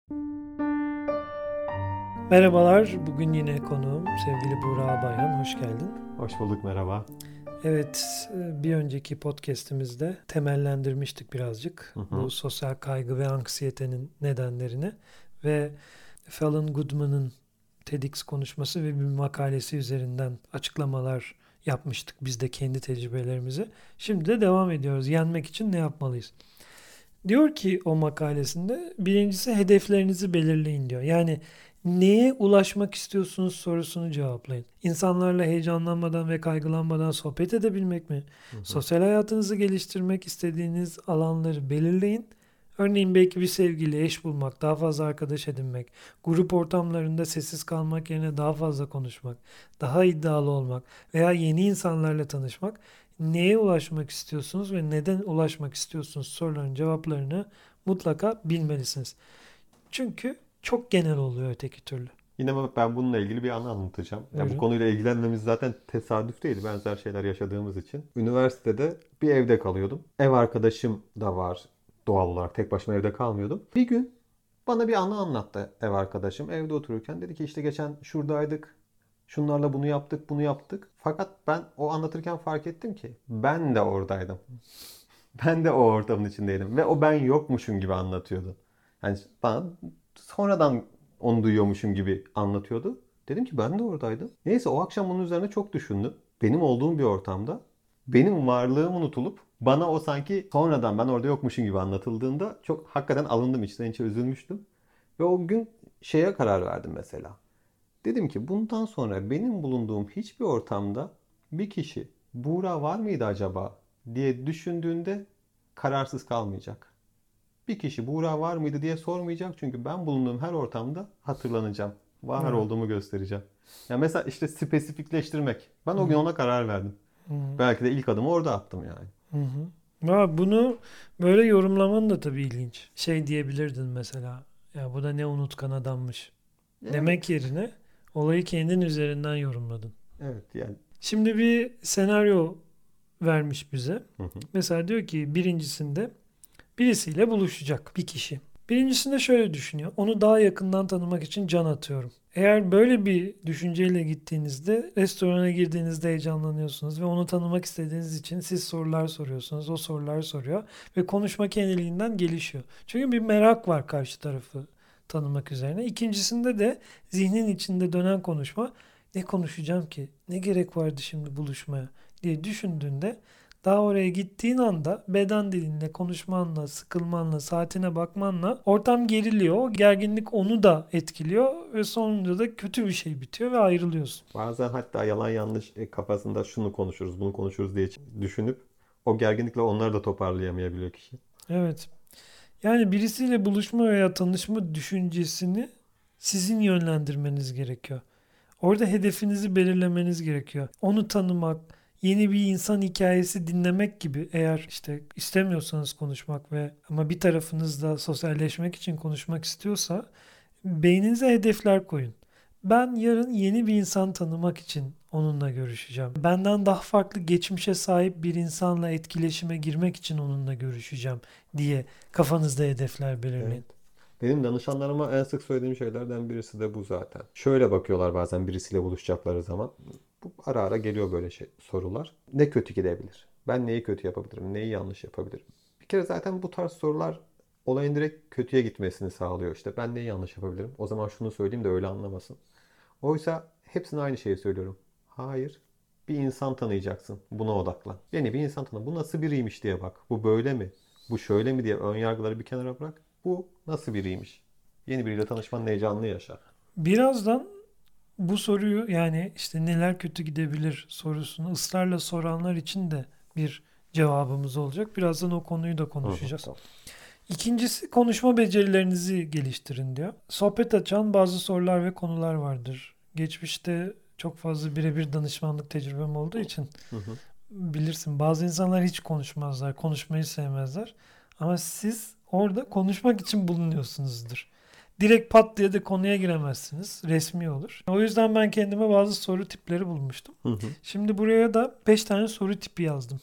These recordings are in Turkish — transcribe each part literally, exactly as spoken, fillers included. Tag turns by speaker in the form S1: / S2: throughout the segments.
S1: Merhabalar, bugün yine konuğum sevgili Buğra Bayhan, hoş geldin.
S2: Hoş bulduk, merhaba.
S1: Evet, bir önceki podcast'imizde temellendirmiştik birazcık
S2: Hı
S1: bu
S2: hı.
S1: sosyal kaygı ve anksiyetenin nedenlerini ve Fallon Goodman'ın TEDx konuşması ve bir makalesi üzerinden açıklamalar yapmıştık biz de kendi tecrübelerimizi. Şimdi de devam ediyoruz. Yenmek için ne yapmalıyız? Diyor ki o makalesinde birincisi hedeflerinizi belirleyin diyor. Yani neye ulaşmak istiyorsunuz sorusunu cevaplayın. İnsanlarla heyecanlanmadan ve kaygılanmadan sohbet edebilmek mi?
S2: Hı hı.
S1: Sosyal hayatınızı geliştirmek istediğiniz alanları belirleyin. Örneğin belki bir sevgili, eş bulmak, daha fazla arkadaş edinmek, grup ortamlarında sessiz kalmak yerine daha fazla konuşmak, daha iddialı olmak veya yeni insanlarla tanışmak. Neye ulaşmak istiyorsunuz ve neden ulaşmak istiyorsunuz soruların cevaplarını mutlaka bilmelisiniz. Çünkü çok genel oluyor öteki türlü.
S2: Yine bak, ben bununla ilgili bir anı anlatacağım. Ya bu
S1: Buyurun.
S2: konuyla ilgilenmemiz zaten tesadüf değil, benzer şeyler yaşadığımız için. Üniversitede bir evde kalıyordum. Ev arkadaşım da var doğal olarak. Tek başıma evde kalmıyordum. Bir gün bana bir anı anlattı ev arkadaşım. Evde otururken dedi ki işte geçen şuradaydık. Şunlarla bunu yaptık, bunu yaptık. Fakat ben o anlatırken fark ettim ki ben de oradaydım. Ben de o ortamın içindeydim. Ve o ben yokmuşum gibi anlatıyordu. Yani bana sonradan onu duyuyormuşum gibi anlatıyordu. Dedim ki ben de oradaydım. Neyse o akşam bunun üzerine çok düşündüm. Benim olduğum bir ortamda benim varlığım unutulup bana o sanki sonradan ben orada yokmuşum gibi anlatıldığında çok hakikaten alındım, içten içe üzülmüştüm. Ve o gün şeye karar verdim mesela. Dedim ki bundan sonra benim bulunduğum hiçbir ortamda bir kişi Buğra var mıydı acaba diye düşündüğünde kararsız kalmayacak. Bir kişi Buğra var mıydı diye sormayacak çünkü ben bulunduğum her ortamda hatırlanacağım. Var
S1: Evet.
S2: olduğumu göstereceğim. Ya mesela işte spesifikleştirmek. Ben
S1: Hı
S2: o gün
S1: hı.
S2: ona karar verdim.
S1: Hı hı.
S2: Belki de ilk adımı orada attım yani.
S1: Hı hı. Ha, bunu böyle yorumlaman da tabii ilginç. Şey diyebilirdin mesela. Ya bu da ne unutkan adammış. Demek
S2: Evet.
S1: yerine olayı kendin üzerinden yorumladın.
S2: Evet yani.
S1: Şimdi bir senaryo vermiş bize.
S2: Hı hı.
S1: Mesela diyor ki birincisinde birisiyle buluşacak bir kişi. Birincisinde şöyle düşünüyor. Onu daha yakından tanımak için can atıyorum. Eğer böyle bir düşünceyle gittiğinizde restorana girdiğinizde heyecanlanıyorsunuz ve onu tanımak istediğiniz için siz sorular soruyorsunuz. O sorular soruyor ve konuşma kendiliğinden gelişiyor. Çünkü bir merak var karşı tarafı tanımak üzerine. İkincisinde de zihnin içinde dönen konuşma, ne konuşacağım ki? Ne gerek vardı şimdi buluşmaya diye düşündüğünde daha oraya gittiğin anda beden dilinle, konuşmanla, sıkılmanla, saatine bakmanla ortam geriliyor. O gerginlik onu da etkiliyor ve sonunda da kötü bir şey bitiyor ve ayrılıyorsun.
S2: Bazen hatta yalan yanlış e, kafasında şunu konuşuruz, bunu konuşuruz diye düşünüp o gerginlikle onları da toparlayamayabiliyor kişi.
S1: Evet. Yani birisiyle buluşma veya tanışma düşüncesini sizin yönlendirmeniz gerekiyor. Orada hedefinizi belirlemeniz gerekiyor. Onu tanımak, yeni bir insan hikayesi dinlemek gibi, eğer işte istemiyorsanız konuşmak ve ama bir tarafınız da sosyalleşmek için konuşmak istiyorsa beyninize hedefler koyun. Ben yarın yeni bir insan tanımak için onunla görüşeceğim. Benden daha farklı geçmişe sahip bir insanla etkileşime girmek için onunla görüşeceğim diye kafanızda hedefler
S2: Evet.
S1: belirleyin.
S2: Benim danışanlarıma en sık söylediğim şeylerden birisi de bu zaten. Şöyle bakıyorlar bazen birisiyle buluşacakları zaman. Bu ara ara geliyor böyle şey, sorular. Ne kötü gidebilir? Ben neyi kötü yapabilirim? Neyi yanlış yapabilirim? Bir kere zaten bu tarz sorular olayın direkt kötüye gitmesini sağlıyor. İşte ben neyi yanlış yapabilirim? O zaman şunu söyleyeyim de öyle anlamasın. Oysa hepsine aynı şeyi söylüyorum. Hayır. Bir insan tanıyacaksın. Buna odaklan. Yeni bir insan tanı. Bu nasıl biriymiş diye bak. Bu böyle mi? Bu şöyle mi diye ön yargıları bir kenara bırak. Bu nasıl biriymiş? Yeni biriyle tanışmanın heyecanını yaşa.
S1: Birazdan bu soruyu, yani işte neler kötü gidebilir sorusunu ısrarla soranlar için de bir cevabımız olacak. Birazdan o konuyu da
S2: Hı hı,
S1: konuşacağız.
S2: tamam.
S1: İkincisi, konuşma becerilerinizi geliştirin diyor. Sohbet açan bazı sorular ve konular vardır. Geçmişte çok fazla birebir danışmanlık tecrübem olduğu için
S2: Hı hı.
S1: bilirsin, bazı insanlar hiç konuşmazlar, konuşmayı sevmezler. Ama siz orada konuşmak için bulunuyorsunuzdur. Direkt pat diye de konuya giremezsiniz. Resmi olur. O yüzden ben kendime bazı soru tipleri bulmuştum.
S2: Hı hı.
S1: Şimdi buraya da beş tane soru tipi yazdım.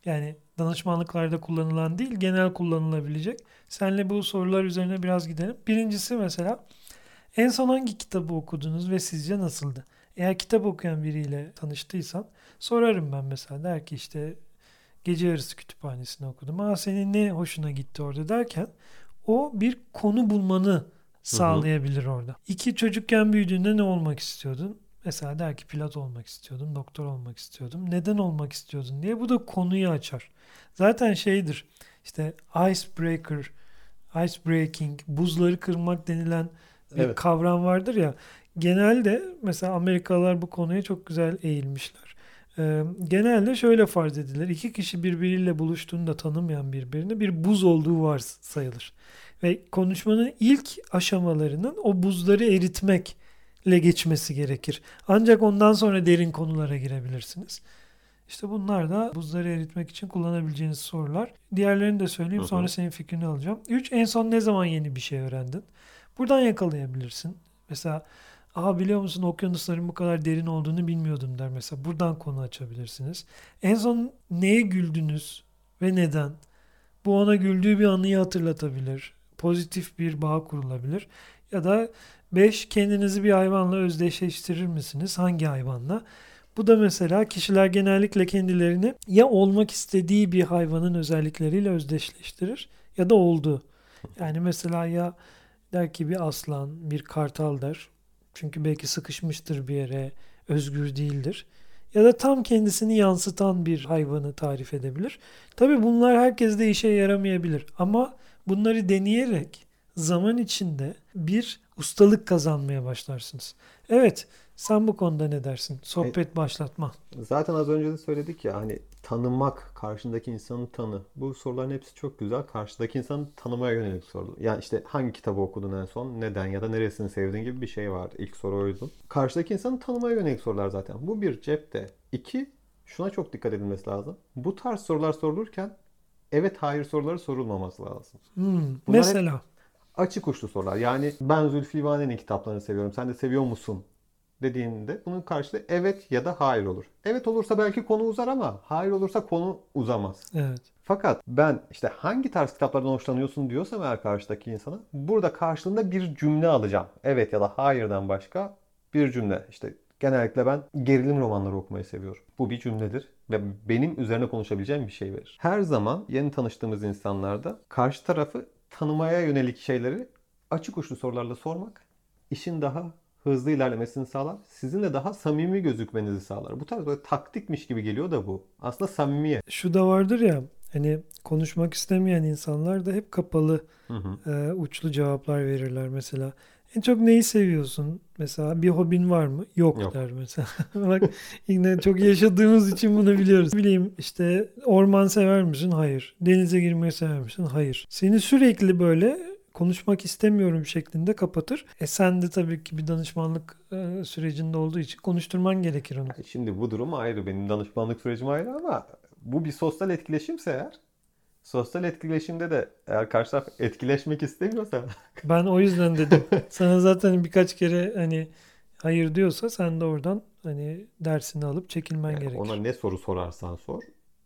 S1: Yani danışmanlıklarda kullanılan değil, genel kullanılabilecek. Seninle bu sorular üzerine biraz gidelim. Birincisi mesela en son hangi kitabı okudunuz ve sizce nasıldı? Eğer kitap okuyan biriyle tanıştıysan sorarım ben mesela. Der ki işte Gece Yarısı Kütüphanesi'ni okudum. Aa, senin ne hoşuna gitti orada derken o bir konu bulmanı
S2: Hı hı.
S1: sağlayabilir orada. İki, çocukken büyüdüğünde ne olmak istiyordun? Mesela der ki pilot olmak istiyordum, doktor olmak istiyordum. Neden olmak istiyordun diye. Bu da konuyu açar. Zaten şeydir işte icebreaker, ice breaking, buzları kırmak denilen bir
S2: Evet.
S1: kavram vardır ya. Genelde mesela Amerikalılar bu konuya çok güzel eğilmişler. Ee, genelde şöyle farz edilir. İki kişi birbiriyle buluştuğunda tanımayan birbirini bir buz olduğu varsayılır. Ve konuşmanın ilk aşamalarının o buzları eritmekle geçmesi gerekir. Ancak ondan sonra derin konulara girebilirsiniz. İşte bunlar da buzları eritmek için kullanabileceğiniz sorular. Diğerlerini de
S2: Hı
S1: söyleyeyim, sonra
S2: hı.
S1: senin fikrini alacağım. üç. En son ne zaman yeni bir şey öğrendin? Buradan yakalayabilirsin. Mesela aha biliyor musun okyanusların bu kadar derin olduğunu bilmiyordum der mesela. Buradan konu açabilirsiniz. En son neye güldünüz ve neden? Bu ona güldüğü bir anıyı hatırlatabilir. Pozitif bir bağ kurulabilir. Ya da beş. Kendinizi bir hayvanla özdeşleştirir misiniz? Hangi hayvanla? Bu da mesela kişiler genellikle kendilerini ya olmak istediği bir hayvanın özellikleriyle özdeşleştirir ya da olduğu. Yani mesela ya der ki bir aslan, bir kartal der. Çünkü belki sıkışmıştır bir yere, özgür değildir. Ya da tam kendisini yansıtan bir hayvanı tarif edebilir. Tabii bunlar herkeste işe yaramayabilir ama bunları deneyerek zaman içinde bir ustalık kazanmaya başlarsınız. Evet, sen bu konuda ne dersin?
S2: E,
S1: Sohbet başlatma.
S2: Zaten az önce de söyledik ya hani tanımak, karşındaki insanı tanı. Bu soruların hepsi çok güzel. Karşıdaki insanı tanımaya yönelik sorular. Yani işte hangi kitabı okudun en son, neden ya da neresini sevdiğin gibi bir şey vardı. İlk soru oydu. Karşıdaki insanı tanımaya yönelik sorular zaten. Bu bir cepte. İki, şuna çok dikkat edilmesi lazım. Bu tarz sorular sorulurken evet hayır soruları sorulmaması lazım.
S1: Hmm,
S2: Bunlar hep
S1: mesela.
S2: açık uçlu sorular. Yani ben Zülfü Livaneli'nin kitaplarını seviyorum. Sen de seviyor musun? Dediğinde bunun karşılığı evet ya da hayır olur. Evet olursa belki konu uzar ama hayır olursa konu uzamaz.
S1: Evet.
S2: Fakat ben işte hangi tarz kitaplardan hoşlanıyorsun diyorsam eğer karşıdaki insana burada karşılığında bir cümle alacağım. Evet ya da hayırdan başka bir cümle. İşte genellikle ben gerilim romanları okumayı seviyorum. Bu bir cümledir ve benim üzerine konuşabileceğim bir şey verir. Her zaman yeni tanıştığımız insanlarda karşı tarafı tanımaya yönelik şeyleri açık uçlu sorularla sormak işin daha hızlı ilerlemesini sağlar. Sizin de daha samimi gözükmenizi sağlar. Bu tarz böyle taktikmiş gibi geliyor da bu. Aslında samimiyet.
S1: Şu da vardır ya, hani konuşmak istemeyen insanlar da hep kapalı,
S2: Hı hı.
S1: e, uçlu cevaplar verirler mesela. En çok neyi seviyorsun? Mesela bir hobin var mı? Yok
S2: Yok.
S1: der mesela. Bak, yine çok yaşadığımız için bunu biliyoruz. Ne bileyim işte orman sever misin? Hayır. Denize girmeyi sever misin? Hayır. Seni sürekli böyle konuşmak istemiyorum şeklinde kapatır. E sen de tabii ki bir danışmanlık e, sürecinde olduğu için konuşturman gerekir onu.
S2: Yani şimdi bu durum ayrı. Benim danışmanlık sürecim ayrı ama bu bir sosyal etkileşimse eğer sosyal etkileşimde de eğer karşı taraf etkileşmek istemiyorsa
S1: Ben o yüzden dedim. Sana zaten birkaç kere hani hayır diyorsa sen de oradan hani dersini alıp çekilmen
S2: yani ona
S1: gerekir.
S2: ne soru sorarsan sor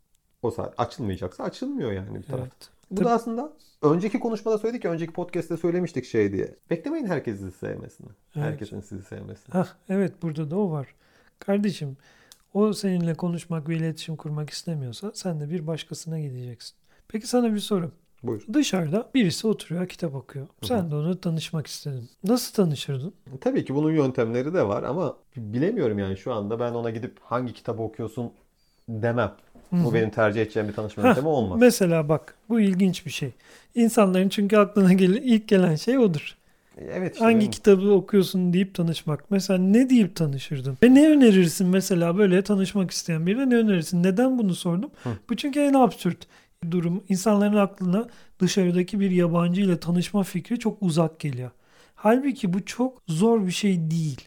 S2: o saat açılmayacaksa açılmıyor yani bir tarafta.
S1: Evet.
S2: Bu da
S1: Tıp.
S2: aslında önceki konuşmada söyledik ya önceki podcast'te söylemiştik şey diye. Beklemeyin herkes sizi sevmesini.
S1: Evet.
S2: Herkesin sizi sevmesini.
S1: Hah, evet, burada da o var. Kardeşim, o seninle konuşmak ve iletişim kurmak istemiyorsa sen de bir başkasına gideceksin. Peki sana bir soru.
S2: Buyur.
S1: Dışarıda birisi oturuyor, kitap okuyor.
S2: Hı hı.
S1: Sen de onunla tanışmak istedin. Nasıl tanışırdın?
S2: Tabii ki bunun yöntemleri de var ama bilemiyorum yani şu anda ben ona gidip hangi kitabı okuyorsun demem.
S1: Hı
S2: Bu
S1: hı.
S2: benim tercih edeceğim bir tanışma
S1: Hah,
S2: yöntemi olmaz.
S1: mesela bak, bu ilginç bir şey. İnsanların çünkü aklına gel ilk gelen şey odur.
S2: Evet işte
S1: Hangi
S2: benim
S1: kitabı okuyorsun deyip tanışmak. Mesela ne deyip tanışırdın? Ve ne önerirsin mesela böyle tanışmak isteyen birine ne önerirsin? Neden bunu sordum?
S2: Hı.
S1: Bu çünkü en absürt durum. İnsanların aklına dışarıdaki bir yabancı ile tanışma fikri çok uzak geliyor. Halbuki bu çok zor bir şey değil.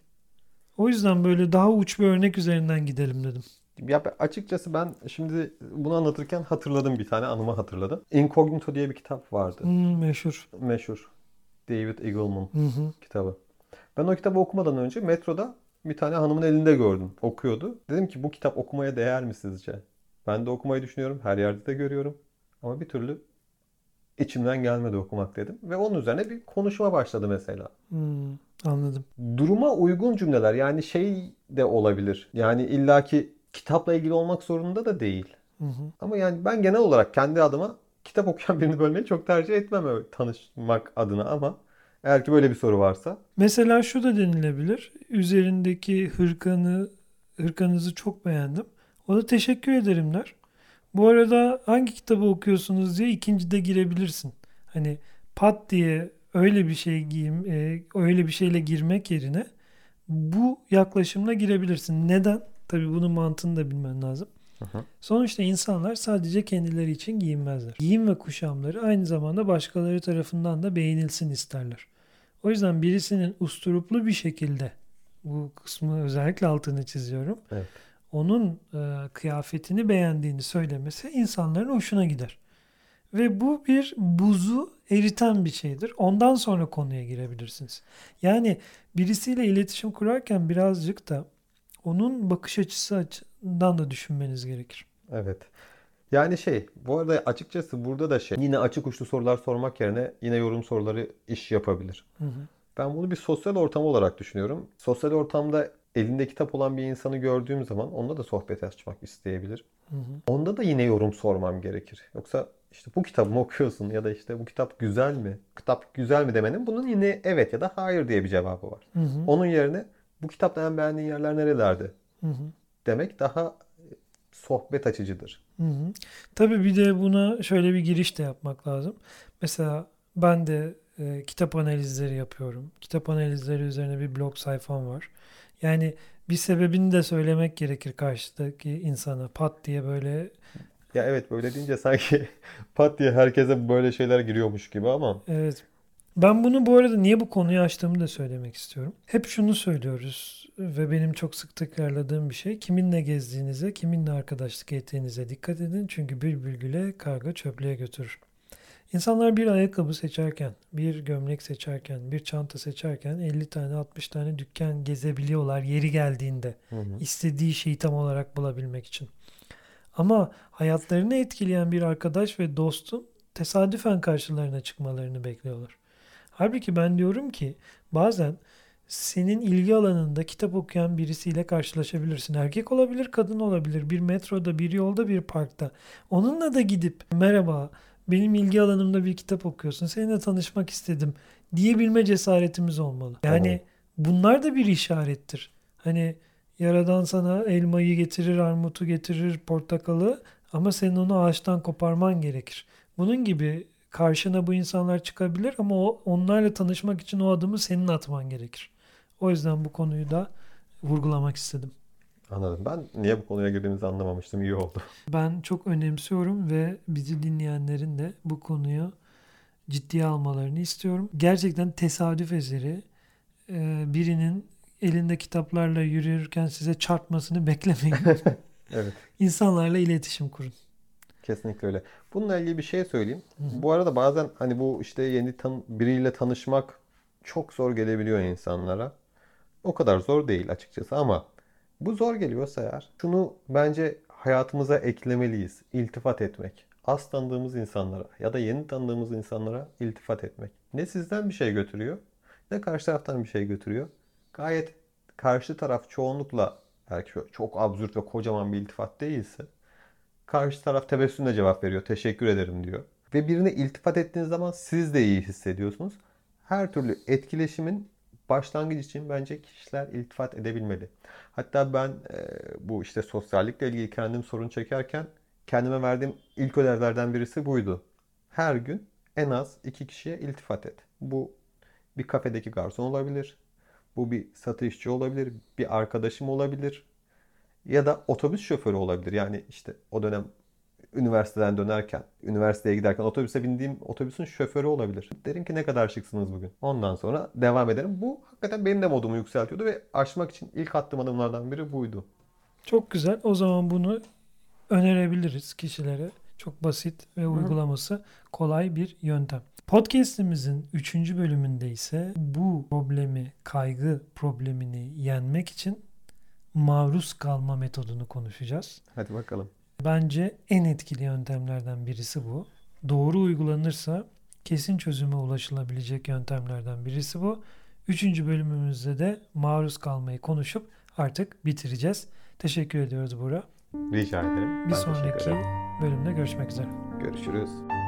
S1: O yüzden böyle daha uç bir örnek üzerinden gidelim dedim.
S2: ya açıkçası ben şimdi bunu anlatırken hatırladım bir tane anımı hatırladım. Incognito diye bir kitap vardı.
S1: Hmm, meşhur.
S2: Meşhur. David Eagleman
S1: Hı hı.
S2: kitabı. Ben o kitabı okumadan önce metroda bir tane hanımın elinde gördüm. Okuyordu. Dedim ki bu kitap okumaya değer mi sizce? Ben de okumayı düşünüyorum. Her yerde de görüyorum. Ama bir türlü içimden gelmedi okumak dedim. Ve onun üzerine bir konuşma başladı mesela.
S1: Hmm, anladım.
S2: Duruma uygun cümleler, yani şey de olabilir. Yani illaki kitapla ilgili olmak zorunda da değil.
S1: Hı hı.
S2: Ama yani ben genel olarak kendi adıma kitap okuyan birini bölmeyi çok tercih etmem öyle tanışmak adına, ama eğer ki böyle bir soru varsa.
S1: Mesela şu da denilebilir. Üzerindeki hırkanı, hırkanızı çok beğendim. O da teşekkür ederim der. Bu arada hangi kitabı okuyorsunuz diye ikincide girebilirsin. Hani pat diye öyle bir şey giyim, e, öyle bir şeyle girmek yerine bu yaklaşımla girebilirsin. Neden? Tabii bunun mantığını da bilmen lazım.
S2: Hı hı.
S1: Sonuçta insanlar sadece kendileri için giyinmezler. Giyim ve kuşamları aynı zamanda başkaları tarafından da beğenilsin isterler. O yüzden birisinin usturuplu bir şekilde, bu kısmı özellikle altını çiziyorum,
S2: Evet.
S1: onun e, kıyafetini beğendiğini söylemesi insanların hoşuna gider. Ve bu bir buzu eriten bir şeydir. Ondan sonra konuya girebilirsiniz. Yani birisiyle iletişim kurarken birazcık da onun bakış açısı açısından da düşünmeniz gerekir.
S2: Evet. Yani şey, bu arada açıkçası burada da şey, yine açık uçlu sorular sormak yerine yine yorum soruları iş yapabilir.
S1: Hı hı.
S2: Ben bunu bir sosyal ortam olarak düşünüyorum. Sosyal ortamda elinde kitap olan bir insanı gördüğüm zaman onunla da sohbet açmak isteyebilir.
S1: Hı hı.
S2: Onda da yine yorum sormam gerekir. Yoksa işte bu kitabı mı okuyorsun ya da işte bu kitap güzel mi? Kitap güzel mi demenin bunun yine evet ya da hayır diye bir cevabı var.
S1: Hı hı.
S2: Onun yerine bu kitapta en beğendiğin yerler nerelerdi
S1: Hı hı.
S2: demek daha sohbet açıcıdır.
S1: Hı hı. Tabii bir de buna şöyle bir giriş de yapmak lazım. Mesela ben de e, kitap analizleri yapıyorum. Kitap analizleri üzerine bir blog sayfam var. Yani bir sebebini de söylemek gerekir karşıdaki insana. Pat diye böyle
S2: Ya evet, böyle deyince sanki pat diye herkese böyle şeyler giriyormuş gibi ama
S1: evet. Ben bunu bu arada niye bu konuyu açtığımı da söylemek istiyorum. Hep şunu söylüyoruz ve benim çok sık tekrarladığım bir şey. Kiminle gezdiğinize, kiminle arkadaşlık ettiğinize dikkat edin. Çünkü bülbül güle, karga çöplüğe götürür. İnsanlar bir ayakkabı seçerken, bir gömlek seçerken, bir çanta seçerken elli tane altmış tane dükkan gezebiliyorlar yeri geldiğinde.
S2: hı hı.
S1: İstediği şeyi tam olarak bulabilmek için. Ama hayatlarını etkileyen bir arkadaş ve dostun tesadüfen karşılarına çıkmalarını bekliyorlar. Halbuki ben diyorum ki bazen senin ilgi alanında kitap okuyan birisiyle karşılaşabilirsin. Erkek olabilir, kadın olabilir. Bir metroda, bir yolda, bir parkta. Onunla da gidip merhaba, benim ilgi alanımda bir kitap okuyorsun. Seninle tanışmak istedim diyebilme cesaretimiz olmalı.
S2: Anladım.
S1: Yani bunlar da bir işarettir. Hani Yaradan sana elmayı getirir, armutu getirir, portakalı ama senin onu ağaçtan koparman gerekir. Bunun gibi karşına bu insanlar çıkabilir ama o, onlarla tanışmak için o adımı senin atman gerekir. O yüzden bu konuyu da vurgulamak istedim.
S2: Anladım. Ben niye bu konuya girdiğimizi anlamamıştım. İyi oldu.
S1: Ben çok önemsiyorum ve bizi dinleyenlerin de bu konuyu ciddiye almalarını istiyorum. Gerçekten tesadüf eseri e, birinin elinde kitaplarla yürürken size çarpmasını beklemeyin.
S2: Evet.
S1: İnsanlarla iletişim kurun.
S2: Kesinlikle öyle. Bununla ilgili bir şey söyleyeyim.
S1: Hı hı.
S2: Bu arada bazen hani bu işte yeni tan biriyle tanışmak çok zor gelebiliyor insanlara. O kadar zor değil açıkçası, ama bu zor geliyorsa eğer şunu bence hayatımıza eklemeliyiz. İltifat etmek. Az tanıdığımız insanlara ya da yeni tanıdığımız insanlara iltifat etmek. Ne sizden bir şey götürüyor, ne karşı taraftan bir şey götürüyor. Gayet karşı taraf çoğunlukla, belki şöyle çok absürt ve kocaman bir iltifat değilse, karşı taraf tebessümle cevap veriyor. Teşekkür ederim diyor. Ve birine iltifat ettiğiniz zaman siz de iyi hissediyorsunuz. Her türlü etkileşimin başlangıç için bence kişiler iltifat edebilmeli. Hatta ben e, bu işte sosyallikle ilgili kendim sorun çekerken kendime verdiğim ilk ödevlerden birisi buydu. Her gün en az iki kişiye iltifat et. Bu bir kafedeki garson olabilir. Bu bir satışçı olabilir. Bir arkadaşım olabilir. Ya da otobüs şoförü olabilir. Yani işte o dönem üniversiteden dönerken, üniversiteye giderken otobüse bindiğim otobüsün şoförü olabilir. Derim ki ne kadar şıksınız bugün. Ondan sonra devam ederim. Bu hakikaten benim de modumu yükseltiyordu ve aşmak için ilk attığım adımlardan biri buydu.
S1: Çok güzel. O zaman bunu önerebiliriz kişilere. Çok basit ve
S2: Hı hı.
S1: uygulaması kolay bir yöntem. Podcast'imizin üçüncü bölümünde ise bu problemi, kaygı problemini yenmek için maruz kalma metodunu konuşacağız.
S2: Hadi bakalım.
S1: Bence en etkili yöntemlerden birisi bu. Doğru uygulanırsa kesin çözüme ulaşılabilecek yöntemlerden birisi bu. Üçüncü bölümümüzde de maruz kalmayı konuşup artık bitireceğiz. Teşekkür ediyoruz Buğra.
S2: Rica ederim.
S1: Bir
S2: Ben teşekkür
S1: sonraki
S2: ederim.
S1: bölümde görüşmek üzere.
S2: Görüşürüz.